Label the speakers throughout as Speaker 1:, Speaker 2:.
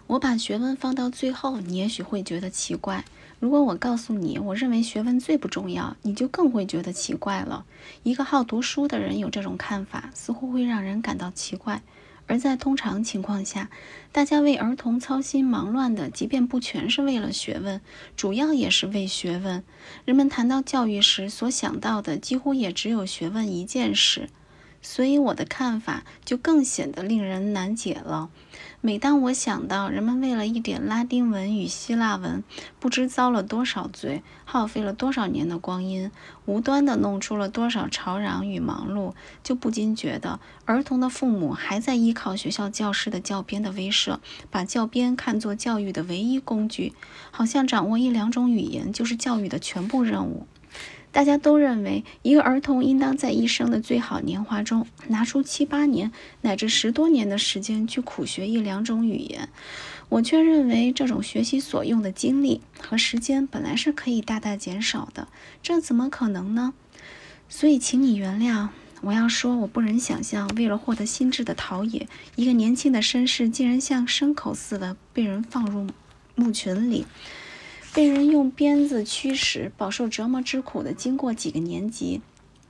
Speaker 1: 我把学问放到最后，你也许会觉得奇怪。如果我告诉你，我认为学问最不重要，你就更会觉得奇怪了。一个好读书的人有这种看法，似乎会让人感到奇怪。而在通常情况下，大家为儿童操心忙乱的，即便不全是为了学问，主要也是为学问。人们谈到教育时所想到的，几乎也只有学问一件事。所以我的看法就更显得令人难解了。每当我想到人们为了一点拉丁文与希腊文，不知遭了多少罪，耗费了多少年的光阴，无端地弄出了多少吵嚷与忙碌，就不禁觉得儿童的父母还在依靠学校教师的教鞭的威慑，把教鞭看作教育的唯一工具，好像掌握1-2种语言就是教育的全部任务。大家都认为一个儿童应当在一生的最好年华中拿出7-8年乃至10多年的时间去苦学1-2种语言，我却认为这种学习所用的精力和时间本来是可以大大减少的，这怎么可能呢？所以请你原谅，我要说我不忍想象，为了获得心智的陶冶，一个年轻的绅士竟然像牲口似的被人放入牧群里，被人用鞭子驱使，饱受折磨之苦的经过几个年级。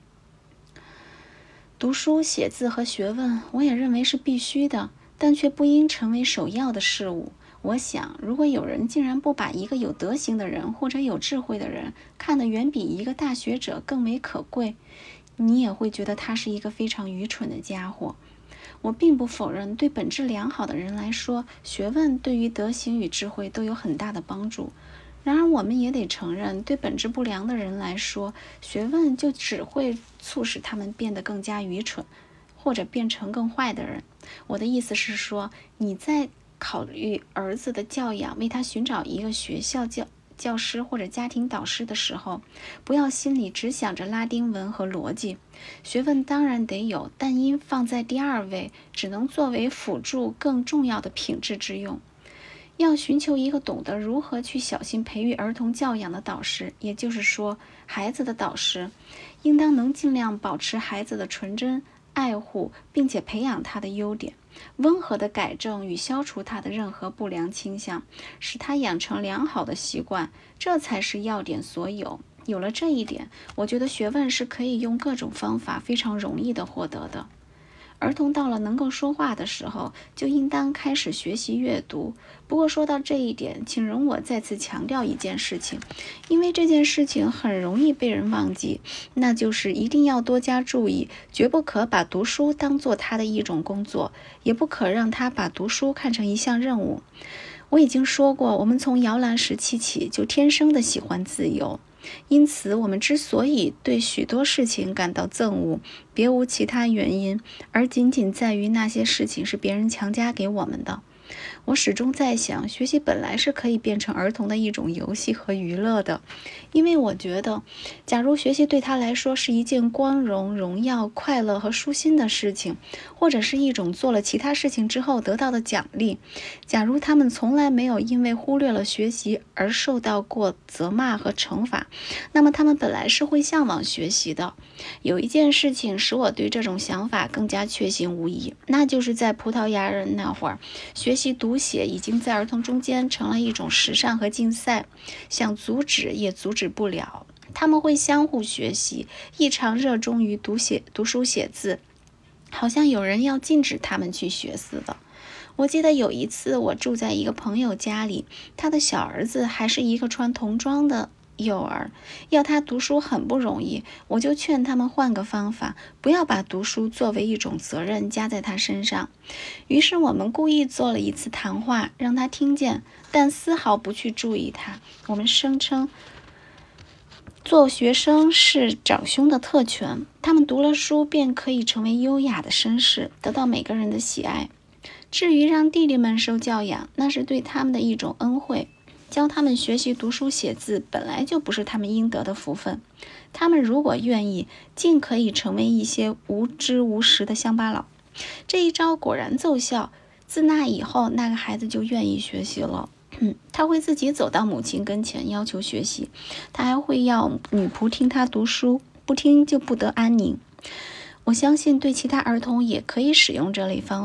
Speaker 1: 读书、写字和学问，我也认为是必须的，但却不应成为首要的事物。我想，如果有人竟然不把一个有德行的人或者有智慧的人看得远比一个大学者更为可贵，你也会觉得他是一个非常愚蠢的家伙。我并不否认，对本质良好的人来说，学问对于德行与智慧都有很大的帮助。然而我们也得承认，对本质不良的人来说，学问就只会促使他们变得更加愚蠢，或者变成更坏的人。我的意思是说，你在考虑儿子的教养，为他寻找一个学校教师或者家庭导师的时候，不要心里只想着拉丁文和逻辑。学问当然得有，但应放在第二位，只能作为辅助更重要的品质之用。要寻求一个懂得如何去小心培育儿童教养的导师，也就是说，孩子的导师，应当能尽量保持孩子的纯真、爱护，并且培养他的优点，温和地改正与消除他的任何不良倾向，使他养成良好的习惯，这才是要点所有。有了这一点，我觉得学问是可以用各种方法非常容易地获得的。儿童到了能够说话的时候，就应当开始学习阅读。不过说到这一点，请容我再次强调一件事情，因为这件事情很容易被人忘记，那就是一定要多加注意，绝不可把读书当作他的一种工作，也不可让他把读书看成一项任务。我已经说过，我们从摇篮时期起就天生的喜欢自由，因此我们之所以对许多事情感到憎恶，别无其他原因，而仅仅在于那些事情是别人强加给我们的。我始终在想，学习本来是可以变成儿童的一种游戏和娱乐的，因为我觉得，假如学习对他来说是一件光荣、荣耀、快乐和舒心的事情，或者是一种做了其他事情之后得到的奖励，假如他们从来没有因为忽略了学习而受到过责骂和惩罚，那么他们本来是会向往学习的。有一件事情使我对这种想法更加确信无疑，那就是在葡萄牙人那会儿，学习读写已经在儿童中间成了一种时尚和竞赛，想阻止也阻止不了。他们会相互学习，异常热衷于读书写字，好像有人要禁止他们去学似的。我记得有一次我住在一个朋友家里，他的小儿子还是一个穿童装的幼儿，要他读书很不容易，我就劝他们换个方法，不要把读书作为一种责任加在他身上。于是我们故意做了一次谈话，让他听见，但丝毫不去注意他。我们声称做学生是长兄的特权，他们读了书便可以成为优雅的绅士，得到每个人的喜爱。至于让弟弟们受教养，那是对他们的一种恩惠。教他们学习读书写字本来就不是他们应得的福分，他们如果愿意，尽可以成为一些无知无识的乡巴佬。这一招果然奏效，自那以后，那个孩子就愿意学习了。他会自己走到母亲跟前要求学习，他还会要女仆听他读书，不听就不得安宁。我相信对其他儿童也可以使用这类方法，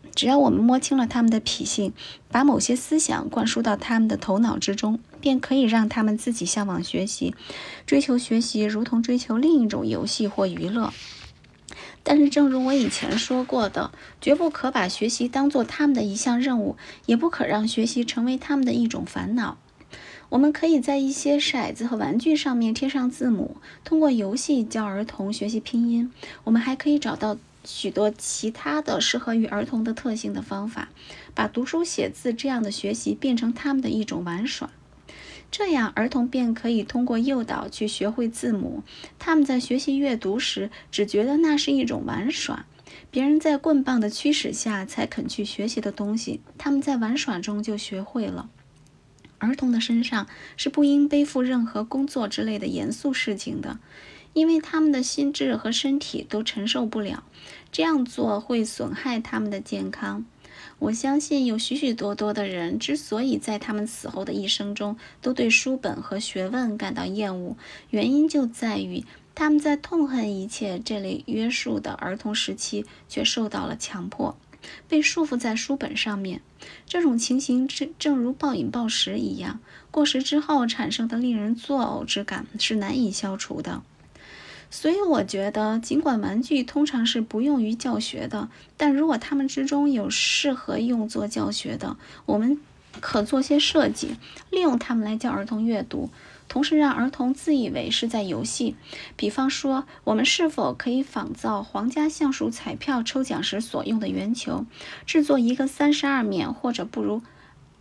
Speaker 1: 只要我们摸清了他们的脾性，把某些思想灌输到他们的头脑之中，便可以让他们自己向往学习。追求学习如同追求另一种游戏或娱乐。但是正如我以前说过的，绝不可把学习当作他们的一项任务，也不可让学习成为他们的一种烦恼。我们可以在一些骰子和玩具上面贴上字母，通过游戏教儿童学习拼音。我们还可以找到许多其他的适合于儿童的特性的方法，把读书写字这样的学习变成他们的一种玩耍。这样儿童便可以通过诱导去学会字母。他们在学习阅读时只觉得那是一种玩耍，别人在棍棒的驱使下才肯去学习的东西，他们在玩耍中就学会了。儿童的身上是不应背负任何工作之类的严肃事情的，因为他们的心智和身体都承受不了，这样做会损害他们的健康。我相信有许许多多的人之所以在他们死后的一生中都对书本和学问感到厌恶，原因就在于他们在痛恨一切这类约束的儿童时期却受到了强迫，被束缚在书本上面。这种情形正如暴饮暴食一样，过食之后产生的令人作呕之感是难以消除的。所以我觉得，尽管玩具通常是不用于教学的，但如果它们之中有适合用作教学的，我们可做些设计，利用它们来教儿童阅读，同时让儿童自以为是在游戏。比方说，我们是否可以仿造皇家橡树彩票抽奖时所用的圆球，制作一个32面或者不如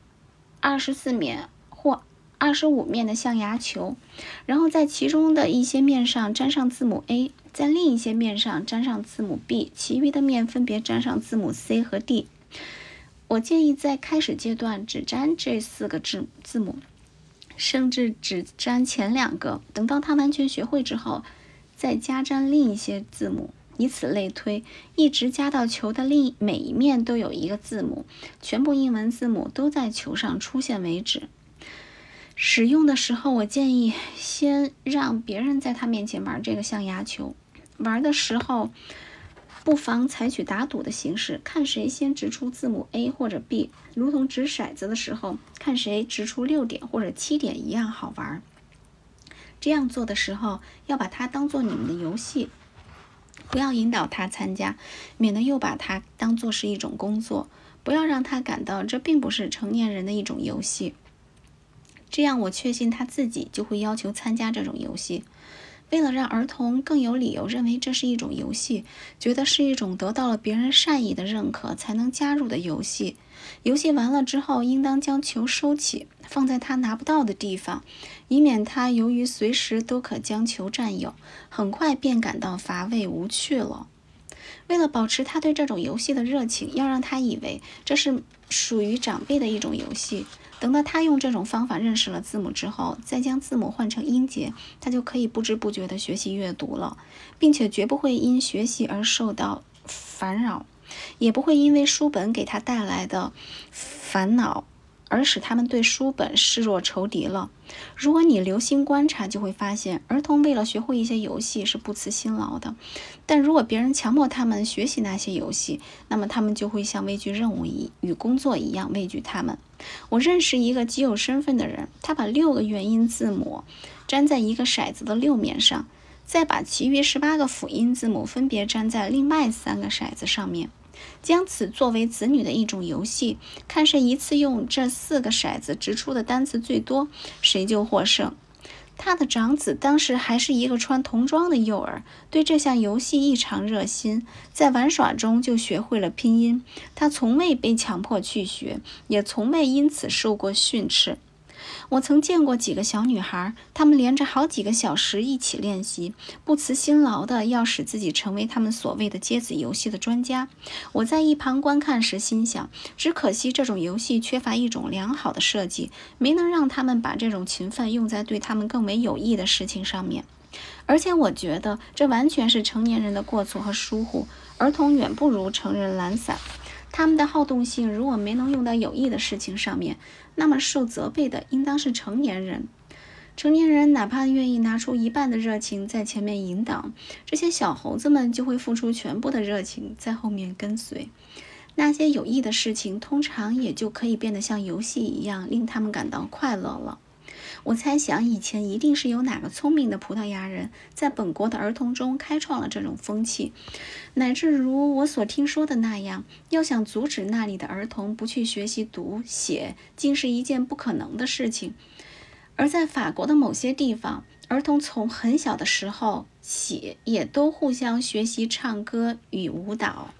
Speaker 1: 24面或25面的象牙球，然后在其中的一些面上沾上字母 A， 在另一些面上沾上字母 B， 其余的面分别沾上字母 C 和 D。 我建议在开始阶段只沾这4个字母，甚至只沾前2个，等到他完全学会之后再加沾另一些字母，以此类推，一直加到球的每一面都有一个字母，全部英文字母都在球上出现为止。使用的时候，我建议先让别人在他面前玩这个象牙球。玩的时候不妨采取打赌的形式，看谁先掷出字母 A 或者 B， 如同掷骰子的时候看谁掷出6点或者7点一样好玩。这样做的时候要把它当作你们的游戏，不要引导他参加，免得又把它当作是一种工作。不要让他感到这并不是成年人的一种游戏，这样我确信他自己就会要求参加这种游戏。为了让儿童更有理由认为这是一种游戏，觉得是一种得到了别人善意的认可才能加入的游戏，游戏完了之后应当将球收起，放在他拿不到的地方，以免他由于随时都可将球占有，很快便感到乏味无趣了。为了保持他对这种游戏的热情，要让他以为这是属于长辈的一种游戏。等到他用这种方法认识了字母之后，再将字母换成音节，他就可以不知不觉地学习阅读了，并且绝不会因学习而受到烦扰，也不会因为书本给他带来的烦恼而使他们对书本视若仇敌了。如果你留心观察，就会发现儿童为了学会一些游戏是不辞辛劳的，但如果别人强迫他们学习那些游戏，那么他们就会像畏惧任务与工作一样畏惧他们。我认识一个极有身份的人，他把6个元音字母粘在一个骰子的6面上，再把其余18个辅音字母分别粘在另外3个骰子上面，将此作为子女的一种游戏，看谁一次用这4个骰子掷出的单词最多，谁就获胜。他的长子当时还是一个穿童装的幼儿，对这项游戏异常热心，在玩耍中就学会了拼音。他从未被强迫去学，也从未因此受过训斥。我曾见过几个小女孩，她们连着好几个小时一起练习，不辞辛劳的要使自己成为她们所谓的街子游戏的专家。我在一旁观看时心想，只可惜这种游戏缺乏一种良好的设计，没能让他们把这种勤奋用在对他们更为有益的事情上面。而且我觉得这完全是成年人的过错和疏忽，儿童远不如成人懒散。他们的好动性如果没能用到有益的事情上面，那么受责备的应当是成年人。成年人哪怕愿意拿出1半的热情在前面引导，这些小猴子们就会付出全部的热情在后面跟随。 那些有益的事情通常也就可以变得像游戏一样，令他们感到快乐了。我猜想以前一定是有哪个聪明的葡萄牙人在本国的儿童中开创了这种风气，乃至如我所听说的那样，要想阻止那里的儿童不去学习读写，竟是一件不可能的事情。而在法国的某些地方，儿童从很小的时候起也都互相学习唱歌与舞蹈。